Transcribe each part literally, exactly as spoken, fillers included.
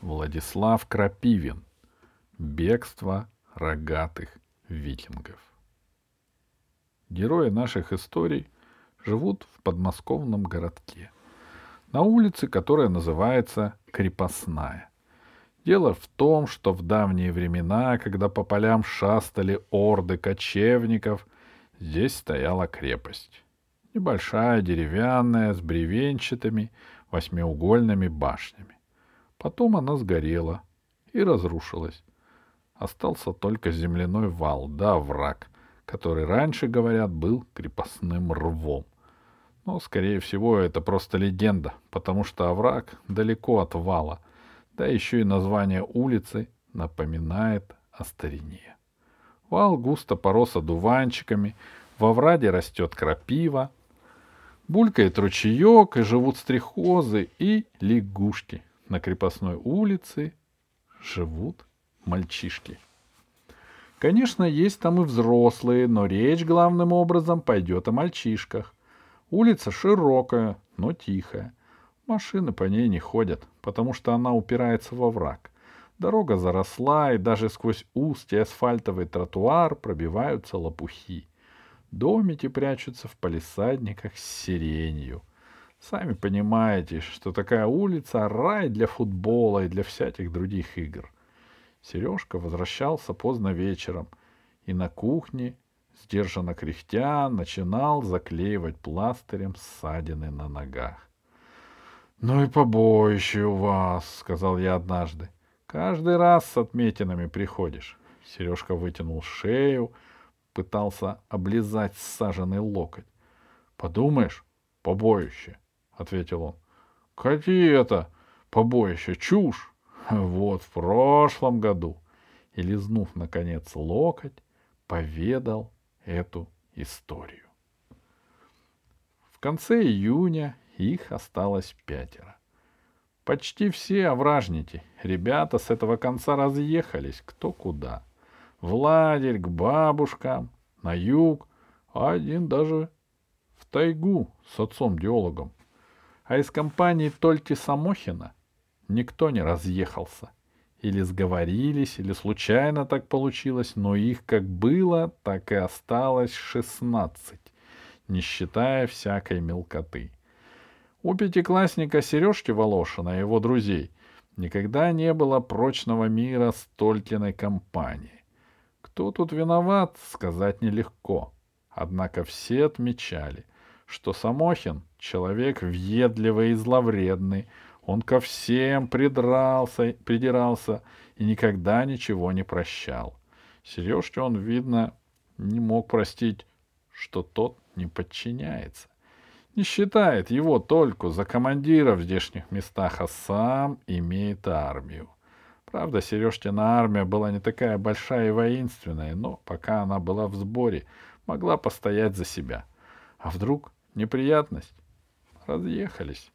Владислав Крапивин. Бегство рогатых викингов. Герои наших историй живут в подмосковном городке, на улице, которая называется Крепостная. Дело в том, что в давние времена, когда по полям шастали орды кочевников, здесь стояла крепость. Небольшая, деревянная, с бревенчатыми восьмиугольными башнями. Потом она сгорела и разрушилась. Остался только земляной вал, да овраг, который раньше, говорят, был крепостным рвом. Но, скорее всего, это просто легенда, потому что овраг далеко от вала, да еще и название улицы напоминает о старине. Вал густо порос одуванчиками, во овраге растет крапива, булькает ручеек, и живут стрекозы и лягушки. На крепостной улице живут мальчишки. Конечно, есть там и взрослые, но речь главным образом пойдет о мальчишках. Улица широкая, но тихая. Машины по ней не ходят, потому что она упирается во враг. Дорога заросла, и даже сквозь узкий асфальтовый тротуар пробиваются лопухи. Домики прячутся в палисадниках с сиренью. Сами понимаете, что такая улица — рай для футбола и для всяких других игр. Сережка возвращался поздно вечером и на кухне, сдержанно кряхтя, начинал заклеивать пластырем ссадины на ногах. — Ну и побоище у вас, — сказал я однажды. — Каждый раз с отметинами приходишь. Сережка вытянул шею, пытался облизать ссаженный локоть. — Подумаешь, побоище, — ответил он. — Какие это побоище? Чушь! Вот в прошлом году. И, лизнув, наконец, локоть, поведал эту историю. В конце июня их осталось пятеро. Почти все овражники. Ребята с этого конца разъехались кто куда. В лагерь, к бабушкам, на юг, а один даже в тайгу с отцом-геологом. А из компании Тольки Самохина никто не разъехался. Или сговорились, или случайно так получилось, но их как было, так и осталось шестнадцать, не считая всякой мелкоты. У пятиклассника Сережки Волошина и его друзей никогда не было прочного мира с Толькиной компанией. Кто тут виноват, сказать нелегко. Однако все отмечали, что Самохин — человек въедливый и зловредный. Он ко всем придрался, придирался и никогда ничего не прощал. Сережке он, видно, не мог простить, что тот не подчиняется. Не считает его только за командира в здешних местах, а сам имеет армию. Правда, Сережкина армия была не такая большая и воинственная, но пока она была в сборе, могла постоять за себя. А вдруг неприятность? Разъехались.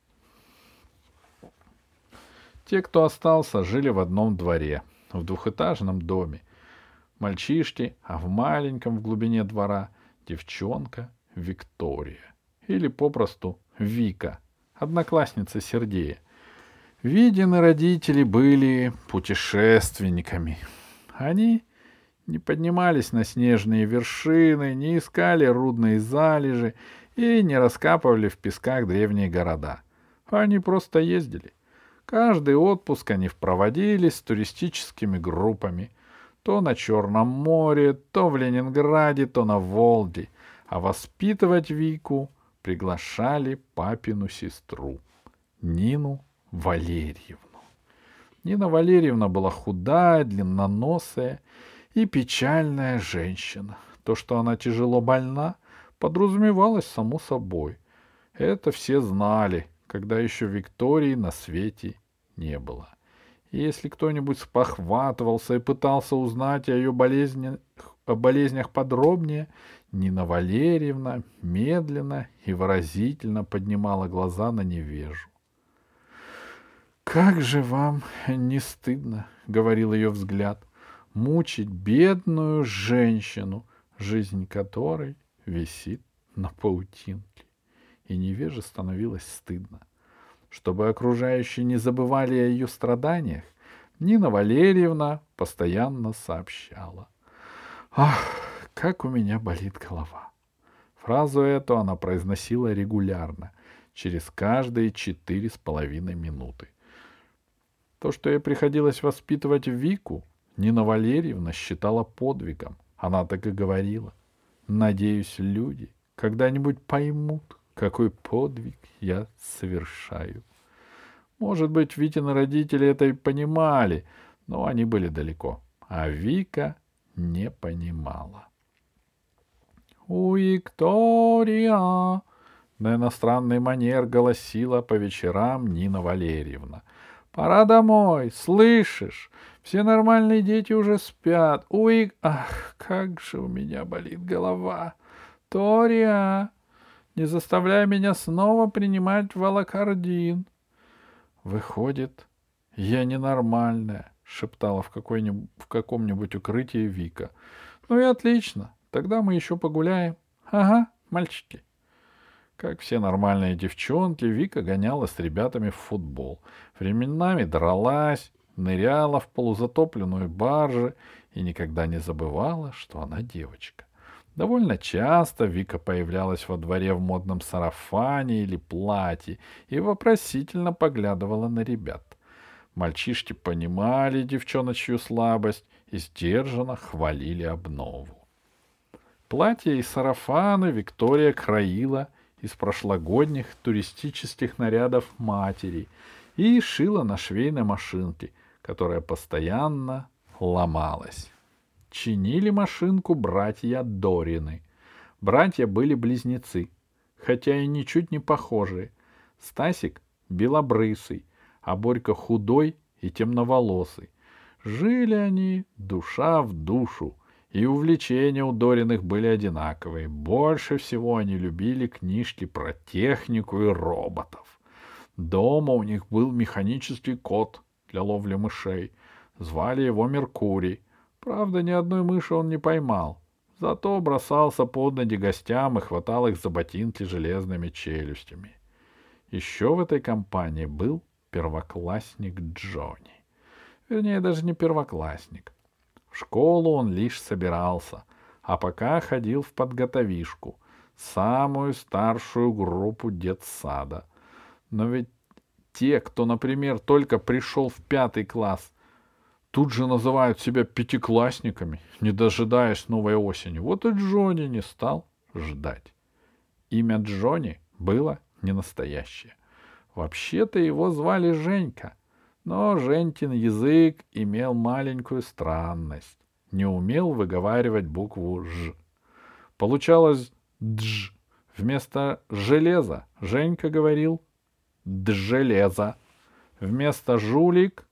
Те, кто остался, жили в одном дворе, в двухэтажном доме. Мальчишки, а в маленьком в глубине двора девчонка Виктория. Или попросту Вика, одноклассница Сергея. Видины родители были путешественниками. Они не поднимались на снежные вершины, не искали рудные залежи и не раскапывали в песках древние города. Они просто ездили. Каждый отпуск они проводили с туристическими группами. То на Черном море, то в Ленинграде, то на Волге. А воспитывать Вику приглашали папину сестру, Нину Валерьевну. Нина Валерьевна была худая, длинноносая и печальная женщина. То, что она тяжело больна, подразумевалось само собой. Это все знали, когда еще Виктории на свете не было. И если кто-нибудь спохватывался и пытался узнать о ее болезни, о болезнях подробнее, Нина Валерьевна медленно и выразительно поднимала глаза на невежу. «Как же вам не стыдно, — говорил ее взгляд, — мучить бедную женщину, жизнь которой висит на паутинке». И невеже становилось стыдно. Чтобы окружающие не забывали о ее страданиях, Нина Валерьевна постоянно сообщала: «Ах, как у меня болит голова!» Фразу эту она произносила регулярно, через каждые четыре с половиной минуты. То, что ей приходилось воспитывать Вику, Нина Валерьевна считала подвигом. Она так и говорила: «Надеюсь, люди когда-нибудь поймут, какой подвиг я совершаю». Может быть, Витины родители это и понимали, но они были далеко, а Вика не понимала. «У Виктория!» На иностранный манер голосила по вечерам Нина Валерьевна. «Пора домой, слышишь? Все нормальные дети уже спят. Уик... Ах, как же у меня болит голова! Тория, не заставляй меня снова принимать волокордин!» «Выходит, я ненормальная», — шептала в, какой-нибудь, в каком-нибудь укрытии Вика. «Ну и отлично, тогда мы еще погуляем. Ага, мальчики». Как все нормальные девчонки, Вика гоняла с ребятами в футбол. Временами дралась, ныряла в полузатопленную баржу и никогда не забывала, что она девочка. Довольно часто Вика появлялась во дворе в модном сарафане или платье и вопросительно поглядывала на ребят. Мальчишки понимали девчоночью слабость и сдержанно хвалили обнову. Платья и сарафаны Виктория краила из прошлогодних туристических нарядов матери и шила на швейной машинке, которая постоянно ломалась. Чинили машинку братья Дорины. Братья были близнецы, хотя и ничуть не похожие. Стасик белобрысый, а Борька худой и темноволосый. Жили они душа в душу, и увлечения у Дориных были одинаковые. Больше всего они любили книжки про технику и роботов. Дома у них был механический кот для ловли мышей. Звали его Меркурий. Правда, ни одной мыши он не поймал. Зато бросался под ноги гостям и хватал их за ботинки железными челюстями. Еще в этой компании был первоклассник Джонни. Вернее, даже не первоклассник. В школу он лишь собирался, а пока ходил в подготовишку, самую старшую группу детсада. Но ведь те, кто, например, только пришел в пятый класс, тут же называют себя пятиклассниками, не дожидаясь новой осени. Вот и Джонни не стал ждать. Имя Джонни было не настоящее. Вообще-то его звали Женька, но Женькин язык имел маленькую странность. Не умел выговаривать букву «ж». Получалось «дж». Вместо «железа» Женька говорил «джелеза». Вместо «жулик»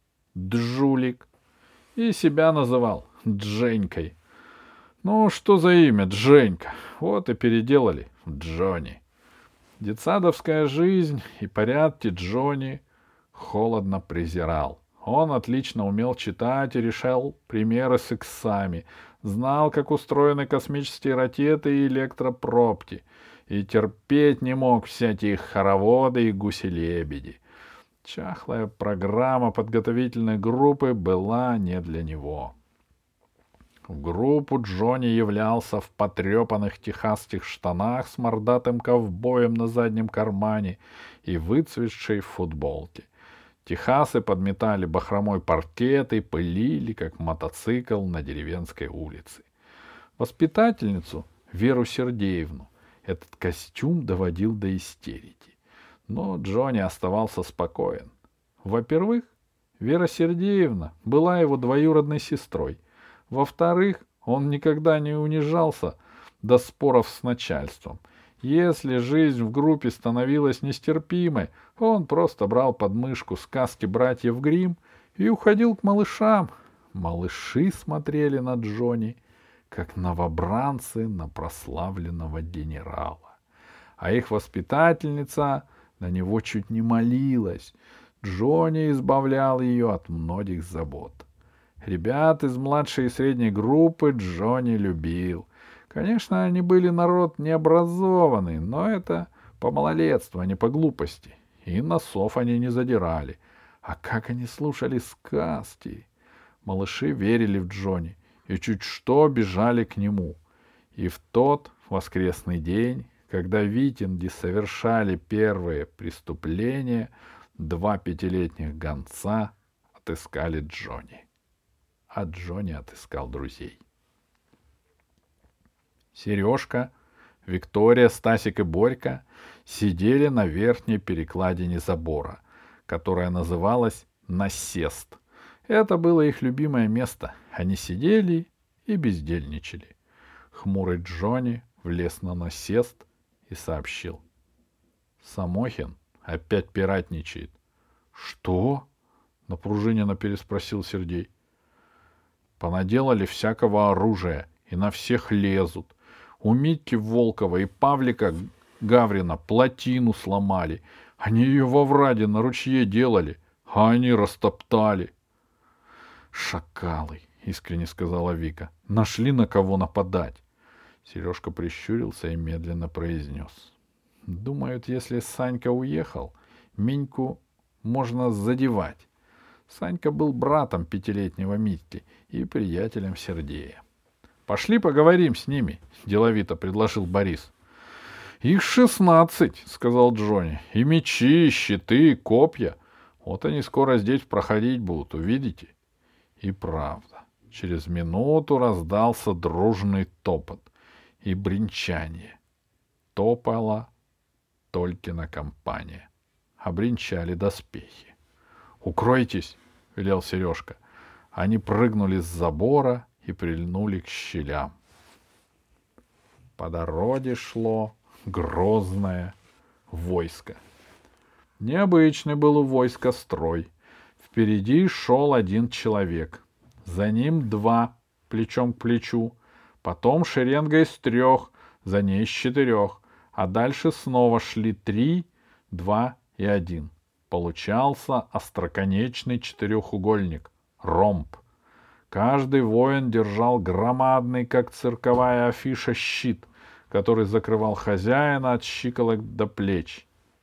Джулик. И себя называл Дженькой. Ну, что за имя Дженька? Вот и переделали в Джонни. Детсадовская жизнь и порядки Джонни холодно презирал. Он отлично умел читать и решал примеры с иксами, знал, как устроены космические ракеты и электропробки, и терпеть не мог всякие хороводы и гуси-лебеди. Чахлая программа подготовительной группы была не для него. В группу Джонни являлся в потрепанных техасских штанах с мордатым ковбоем на заднем кармане и выцветшей футболке. Техасы подметали бахромой паркет и пылили, как мотоцикл на деревенской улице. Воспитательницу Веру Сергеевну этот костюм доводил до истерики. Но Джонни оставался спокоен. Во-первых, Вера Сергеевна была его двоюродной сестрой. Во-вторых, он никогда не унижался до споров с начальством. Если жизнь в группе становилась нестерпимой, он просто брал под мышку сказки братьев Гримм и уходил к малышам. Малыши смотрели на Джонни, как новобранцы на прославленного генерала. А их воспитательница на него чуть не молилась. Джонни избавлял ее от многих забот. Ребят из младшей и средней группы Джонни любил. Конечно, они были народ необразованный, но это по малолетству, а не по глупости. И носов они не задирали. А как они слушали сказки! Малыши верили в Джонни и чуть что бежали к нему. И в тот воскресный день, когда Витинги совершали первые преступления, два пятилетних гонца отыскали Джонни. А Джонни отыскал друзей. Сережка, Виктория, Стасик и Борька сидели на верхней перекладине забора, которая называлась «Насест». Это было их любимое место. Они сидели и бездельничали. Хмурый Джонни влез на насест и сообщил: Самохин опять пиратничает. — Что? — напружиненно переспросил Сергей. — Понаделали всякого оружия и на всех лезут. У Митьки Волкова и Павлика Гаврина плотину сломали. Они ее во враде на ручье делали, а они растоптали. — Шакалы! — искренне сказала Вика. — Нашли на кого нападать. Сережка прищурился и медленно произнес: — Думают, если Санька уехал, Миньку можно задевать. Санька был братом пятилетнего Митьки и приятелем Сергея. — Пошли поговорим с ними, — деловито предложил Борис. — Их шестнадцать, — сказал Джонни, — и мечи, и щиты, и копья. Вот они скоро здесь проходить будут, увидите. И правда, через минуту раздался дружный топот и бренчание. Топала Толькина компания. Обренчали доспехи. — Укройтесь, — велел Сережка. Они прыгнули с забора и прильнули к щелям. По дороге шло грозное войско. Необычный был у войска строй. Впереди шел один человек, за ним два, плечом к плечу, потом шеренга из трех, за ней из четырех, а дальше снова шли три, два и один. Получался остроконечный четырехугольник — ромб. Каждый воин держал громадный, как цирковая афиша, щит, который закрывал хозяина от щиколоток до плеч.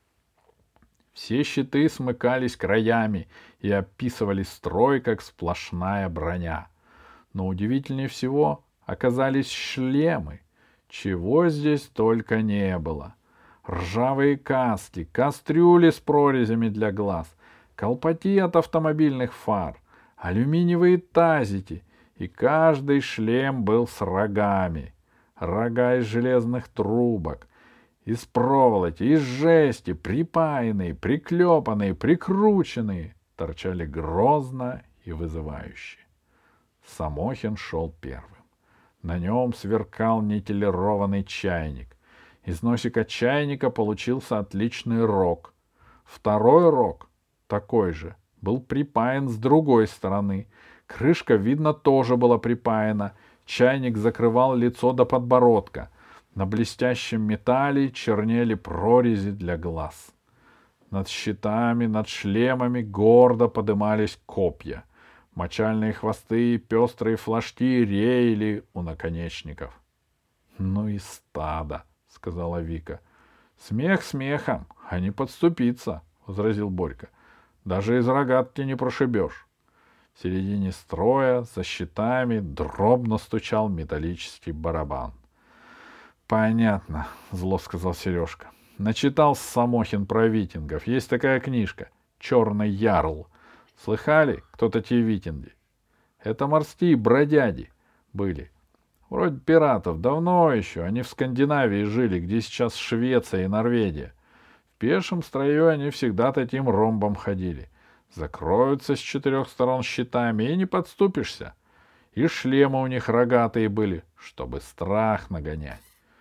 Все щиты смыкались краями и описывали строй, как сплошная броня. Но удивительнее всего оказались шлемы. Чего здесь только не было. Ржавые каски, кастрюли с прорезями для глаз, колпаки от автомобильных фар, алюминиевые тазики, и каждый шлем был с рогами. Рога из железных трубок, из проволоки, из жести, припаянные, приклепанные, прикрученные, торчали грозно и вызывающе. Самохин шел первым. На нем сверкал никелированный чайник. Из носика чайника получился отличный рог. Второй рог, такой же, был припаян с другой стороны. Крышка, видно, тоже была припаяна. Чайник закрывал лицо до подбородка. На блестящем металле чернели прорези для глаз. Над щитами, над шлемами гордо подымались копья. Мочальные хвосты и пестрые флажки реяли у наконечников. — Ну и стадо, — сказала Вика. — Смех смехом, а не подступиться, — возразил Борька. — Даже из рогатки не прошибешь. В середине строя, за щитами, дробно стучал металлический барабан. — Понятно, — зло сказал Сережка. — Начитался Самохин про викингов. Есть такая книжка «Черный ярл». Слыхали, кто такие викинги? Это морские бродяги были. Вроде пиратов, давно еще. Они в Скандинавии жили, где сейчас Швеция и Норвегия. В пешем строю они всегда таким ромбом ходили. Закроются с четырех сторон щитами, и не подступишься. И шлемы у них рогатые были, чтобы страх нагонять.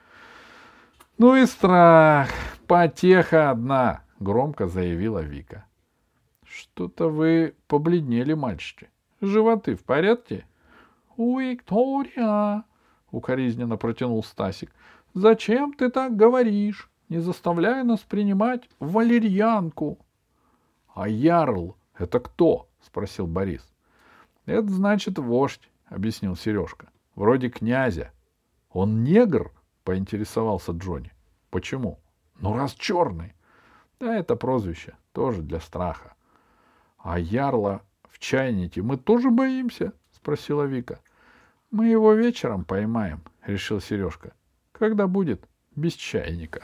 — Ну и страх, потеха одна, — громко заявила Вика. — Что-то вы побледнели, мальчики. Животы в порядке? — Виктория, — укоризненно протянул Стасик, — зачем ты так говоришь? Не заставляй нас принимать валерьянку. — А ярл — это кто? — спросил Борис. — Это значит вождь, — объяснил Сережка. — Вроде князя. — Он негр? — поинтересовался Джонни. — Почему? — Ну, раз черный. — Да это прозвище, тоже для страха. — А ярла в чайнике мы тоже боимся? — спросила Вика. — Мы его вечером поймаем, — решил Сережка. — Когда будет без чайника.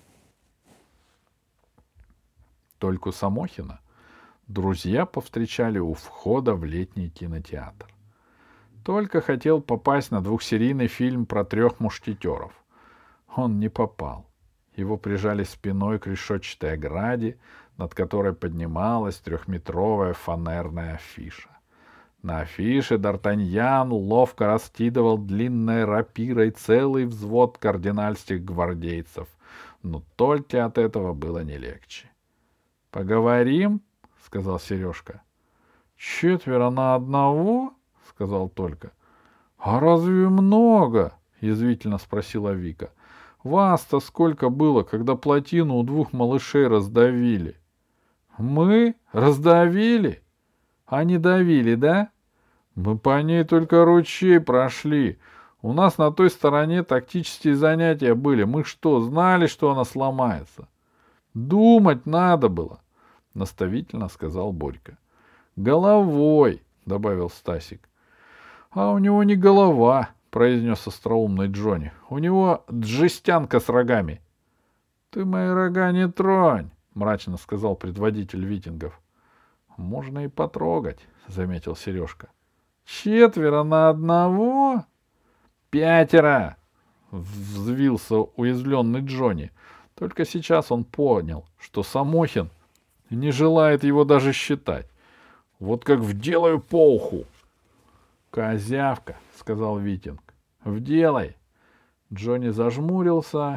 Только Самохина друзья повстречали у входа в летний кинотеатр. Только хотел попасть на двухсерийный фильм про трех мушкетеров. Он не попал. Его прижали спиной к решетчатой ограде, над которой поднималась трехметровая фанерная афиша. На афише Д'Артаньян ловко раскидывал длинной рапирой целый взвод кардинальских гвардейцев, но только от этого было не легче. — Поговорим? — сказал Сережка. — Четверо на одного? — сказал Только. — А разве много? — язвительно спросила Вика. — Вас-то сколько было, когда плотину у двух малышей раздавили? — Мы? Раздавили? А не давили, да? Мы по ней только ручей прошли. У нас на той стороне тактические занятия были. Мы что, знали, что она сломается? — Думать надо было, — наставительно сказал Борька. — Головой, — добавил Стасик. — А у него не голова, — произнес остроумный Джонни. — У него джестянка с рогами. — Ты мои рога не тронь, — мрачно сказал предводитель витингов. — Можно и потрогать, — заметил Сережка. — Четверо на одного? — Пятеро! — взвился уязвленный Джонни. Только сейчас он понял, что Самохин не желает его даже считать. Вот как вделаю по уху. — Козявка, — сказал Витинг. — Вделай. Джонни зажмурился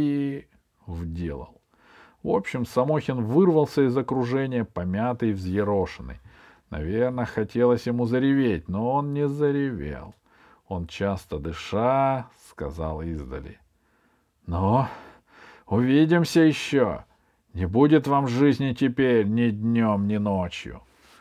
и вделал. В общем, Самохин вырвался из окружения, помятый и взъерошенный. Наверное, хотелось ему зареветь, но он не заревел. Он, часто дыша, сказал издали: — Ну, увидимся еще. Не будет вам жизни теперь ни днем, ни ночью.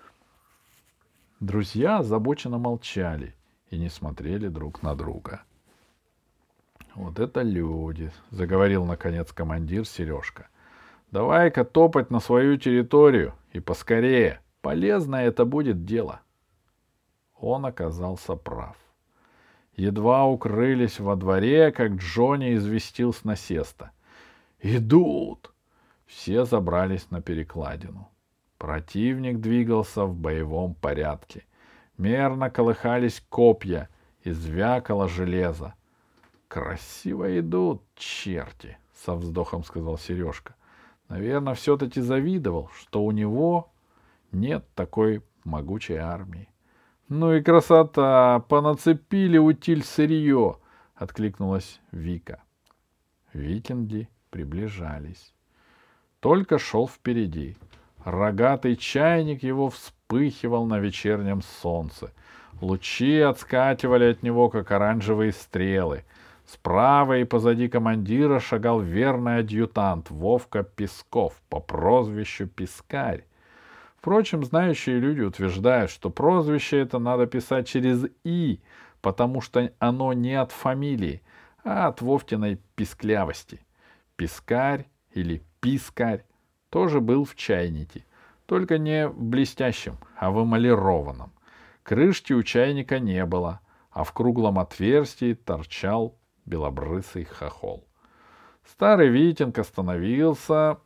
Друзья озабоченно молчали и не смотрели друг на друга. — Вот это люди! — заговорил, наконец, командир Сережка. — Давай-ка топать на свою территорию и поскорее. Полезное это будет дело. Он оказался прав. Едва укрылись во дворе, как Джонни известил с насеста: — Идут! Все забрались на перекладину. Противник двигался в боевом порядке. Мерно колыхались копья и звякало железо. — Красиво идут, черти! — со вздохом сказал Сережка. Наверное, все-таки завидовал, что у него нет такой могучей армии. — Ну и красота! Понацепили утиль сырье! — откликнулась Вика. Викинги приближались. Только шел впереди. Рогатый чайник его вспыхивал на вечернем солнце. Лучи отскакивали от него, как оранжевые стрелы. Справа и позади командира шагал верный адъютант Вовка Песков по прозвищу Пискарь. Впрочем, знающие люди утверждают, что прозвище это надо писать через «и», потому что оно не от фамилии, а от Вовкиной писклявости. Пискарь или Пискарь тоже был в чайнике, только не в блестящем, а в эмалированном. Крышки у чайника не было, а в круглом отверстии торчал белобрысый хохол. Старый витинг остановился...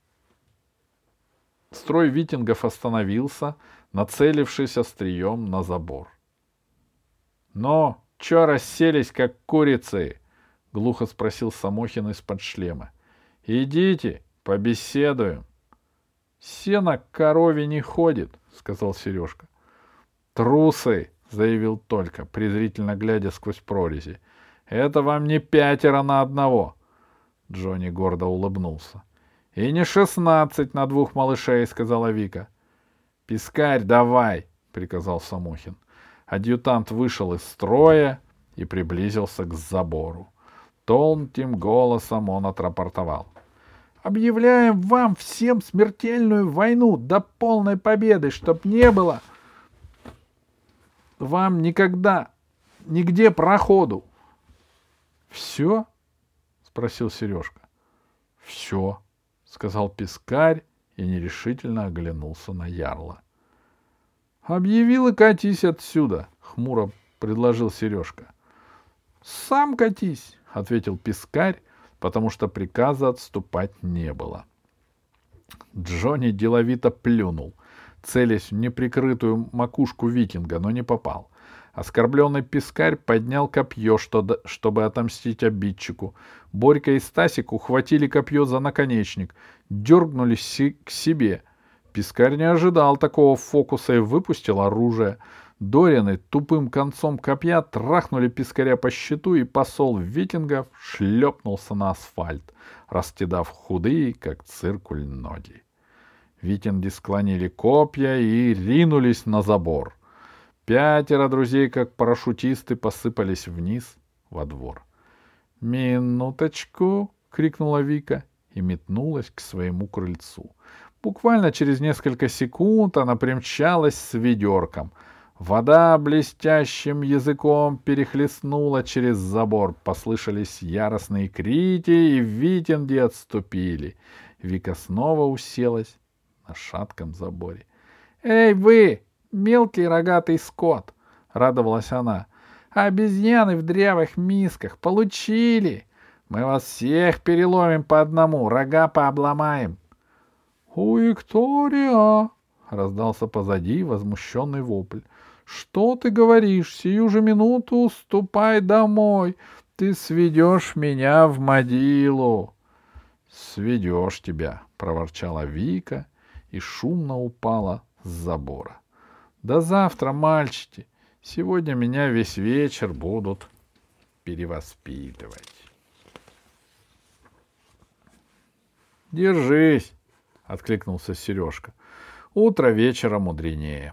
Строй витингов остановился, нацелившись острием на забор. — Но, чё расселись, как курицы? — глухо спросил Самохин из-под шлема. — Идите, побеседуем. — Сено к корове не ходит, — сказал Сережка. — Трусы, — заявил Только, презрительно глядя сквозь прорези. — Это вам не пятеро на одного. Джонни гордо улыбнулся. — И не шестнадцать на двух малышей, — сказала Вика. — Пискарь, давай, — приказал Самохин. Адъютант вышел из строя и приблизился к забору. Тонким голосом он отрапортовал: — Объявляем вам всем смертельную войну до полной победы, чтоб не было вам никогда, нигде проходу. — Все? — спросил Сережка. — Все, — сказал Пискарь и нерешительно оглянулся на ярла. — Объявил и катись отсюда, — хмуро предложил Сережка. — Сам катись, — ответил Пискарь, потому что приказа отступать не было. Джонни деловито плюнул, целясь в неприкрытую макушку викинга, но не попал. Оскорбленный Пискарь поднял копье, что, чтобы отомстить обидчику. Борька и Стасик ухватили копье за наконечник, дергнулись к себе. Пискарь не ожидал такого фокуса и выпустил оружие. Дорины тупым концом копья трахнули Пискаря по щиту, и посол викингов шлепнулся на асфальт, растедав худые, как циркуль, ноги. Викинги склонили копья и ринулись на забор. Пятеро друзей, как парашютисты, посыпались вниз во двор. «Минуточку!» — крикнула Вика и метнулась к своему крыльцу. Буквально через несколько секунд она примчалась с ведерком. Вода блестящим языком перехлестнула через забор. Послышались яростные крики, и викинги отступили. Вика снова уселась на шатком заборе. «Эй, вы, мелкий рогатый скот!» — радовалась она. «Обезьяны в дрявых мисках! Получили! Мы вас всех переломим по одному, рога пообломаем!» «У Виктория!» — раздался позади возмущенный вопль. «Что ты говоришь? Сию же минуту ступай домой! Ты сведешь меня в могилу!» «Сведешь тебя!» — проворчала Вика и шумно упала с забора. «До завтра, мальчики! Сегодня меня весь вечер будут перевоспитывать». «Держись!» — откликнулся Сережка. «Утро вечера мудренее».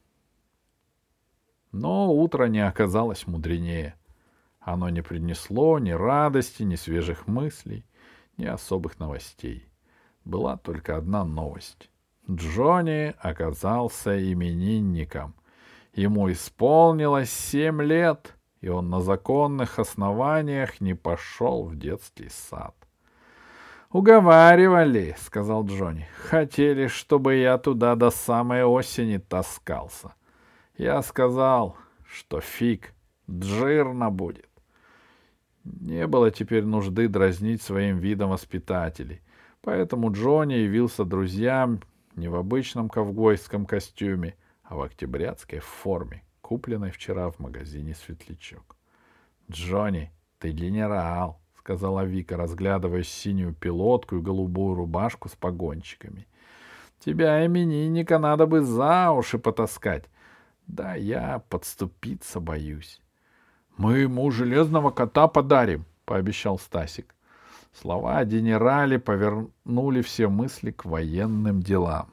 Но утро не оказалось мудренее. Оно не принесло ни радости, ни свежих мыслей, ни особых новостей. Была только одна новость. Джонни оказался именинником. Ему исполнилось семь лет, и он на законных основаниях не пошел в детский сад. «Уговаривали, — сказал Джонни, — хотели, чтобы я туда до самой осени таскался. Я сказал, что фиг, жирно будет». Не было теперь нужды дразнить своим видом воспитателей, поэтому Джонни явился друзьям не в обычном ковбойском костюме, а в октябрятской форме, купленной вчера в магазине «Светлячок». «Джонни, ты генерал», — сказала Вика, разглядывая синюю пилотку и голубую рубашку с погончиками. «Тебя, именинника, надо бы за уши потаскать. Да я подступиться боюсь». «Мы ему железного кота подарим», — пообещал Стасик. Слова о генерале повернули все мысли к военным делам.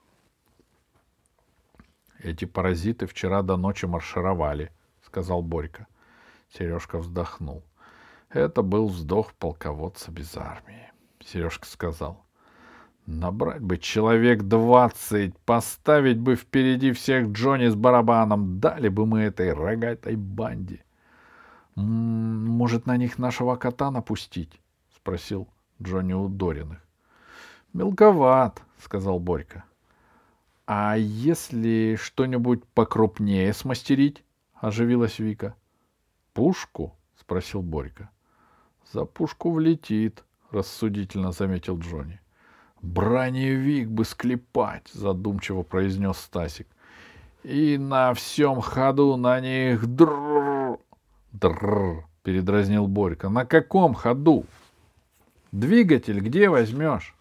«Эти паразиты вчера до ночи маршировали», — сказал Борька. Сережка вздохнул. Это был вздох полководца без армии. Сережка сказал: «Набрать бы человек двадцать, поставить бы впереди всех Джонни с барабаном, дали бы мы этой рогатой банде». «М-м, может, на них нашего кота напустить?» — спросил Джонни у Дориных. «Мелковат», — сказал Борька. «А если что-нибудь покрупнее смастерить?» — оживилась Вика. «Пушку?» — спросил Борька. «За пушку влетит», — рассудительно заметил Джонни. «Броневик бы склепать», — задумчиво произнес Стасик. «И на всем ходу на них дрррр». «Дрррр», — передразнил Борька. «На каком ходу? Двигатель где возьмешь?»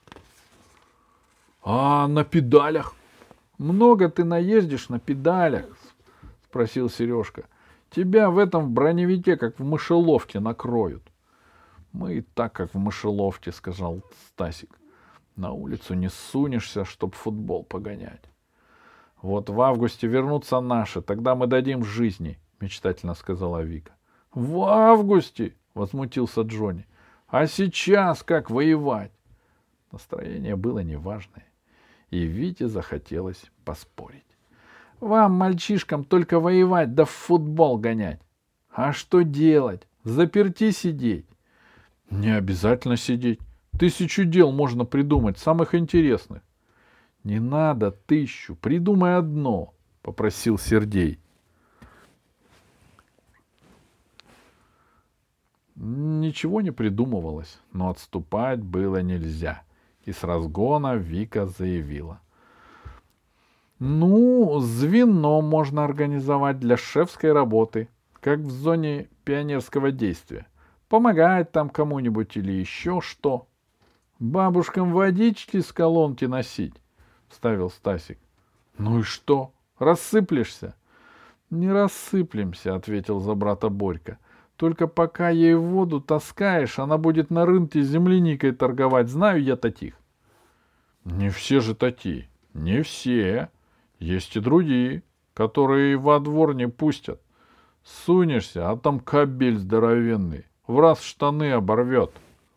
«А на педалях?» «Много ты наездишь на педалях?» — спросил Сережка. «Тебя в этом броневике, как в мышеловке, накроют». «Мы и так, как в мышеловке», — сказал Стасик. «На улицу не сунешься, чтоб футбол погонять». «Вот в августе вернутся наши, тогда мы дадим жизни», — мечтательно сказала Вика. «В августе?» — возмутился Джонни. «А сейчас как воевать?» Настроение было неважное, и Вите захотелось поспорить. «Вам, мальчишкам, только воевать да в футбол гонять. А что делать? Заперти сидеть?» «Не обязательно сидеть. Тысячу дел можно придумать, самых интересных». «Не надо тысячу, придумай одно». — попросил Сергей. Ничего не придумывалось, но отступать было нельзя. И с разгона Вика заявила: «Ну, звено можно организовать для шефской работы, как в зоне пионерского действия. Помогать там кому-нибудь или еще что». «Бабушкам водички с колонки носить», — вставил Стасик. «Ну и что? Рассыплешься?» «Не рассыплемся», — ответил за брата Борька. «Только пока ей воду таскаешь, она будет на рынке земляникой торговать. Знаю я таких». «Не все же такие. Не все. Есть и другие, которые во двор не пустят. Сунешься, а там кабель здоровенный. В раз штаны оборвет».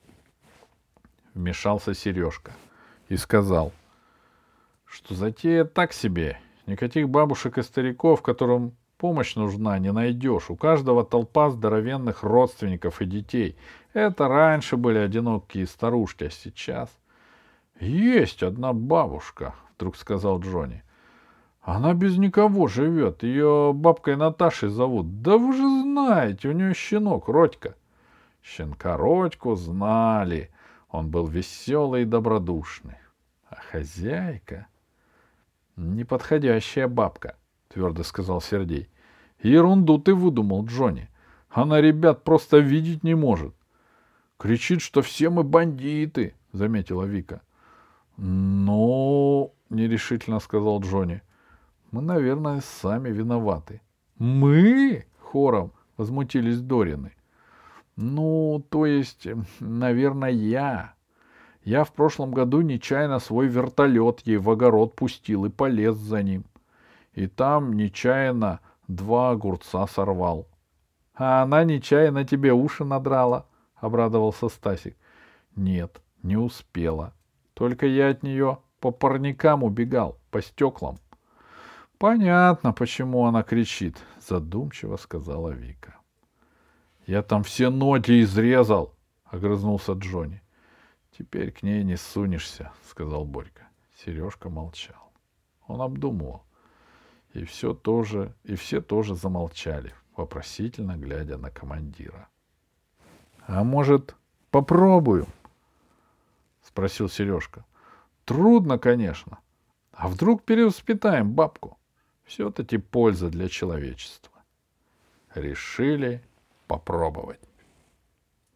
Вмешался Сережка и сказал, что затея так себе. Никаких бабушек и стариков, которым помощь нужна, не найдешь. У каждого толпа здоровенных родственников и детей. Это раньше были одинокие старушки, а сейчас... — Есть одна бабушка, — вдруг сказал Джонни. — Она без никого живет. Ее бабкой Наташей зовут. Да вы же знаете, у нее щенок Родька. Щенка Родьку знали. Он был веселый и добродушный. А хозяйка... — Неподходящая бабка, — твердо сказал Сергей. — Ерунду ты выдумал, Джонни. Она ребят просто видеть не может. — Кричит, что все мы бандиты, — заметила Вика. — Ну, — нерешительно сказал Джонни, — мы, наверное, сами виноваты. — Мы? — хором возмутились Дорины. — Ну, то есть, наверное, я. Я в прошлом году нечаянно свой вертолет ей в огород пустил и полез за ним. И там нечаянно два огурца сорвал. — А она нечаянно тебе уши надрала, — обрадовался Стасик. — Нет, не успела. Только я от нее по парникам убегал, по стеклам. — Понятно, почему она кричит, — задумчиво сказала Вика. — Я там все ноги изрезал, — огрызнулся Джонни. — Теперь к ней не сунешься, — сказал Борька. Сережка молчал. Он обдумывал. И все тоже, и все тоже замолчали, вопросительно глядя на командира. — А может, попробуем? — спросил Сережка. — Трудно, конечно. А вдруг перевоспитаем бабку? Все-таки польза для человечества. Решили попробовать.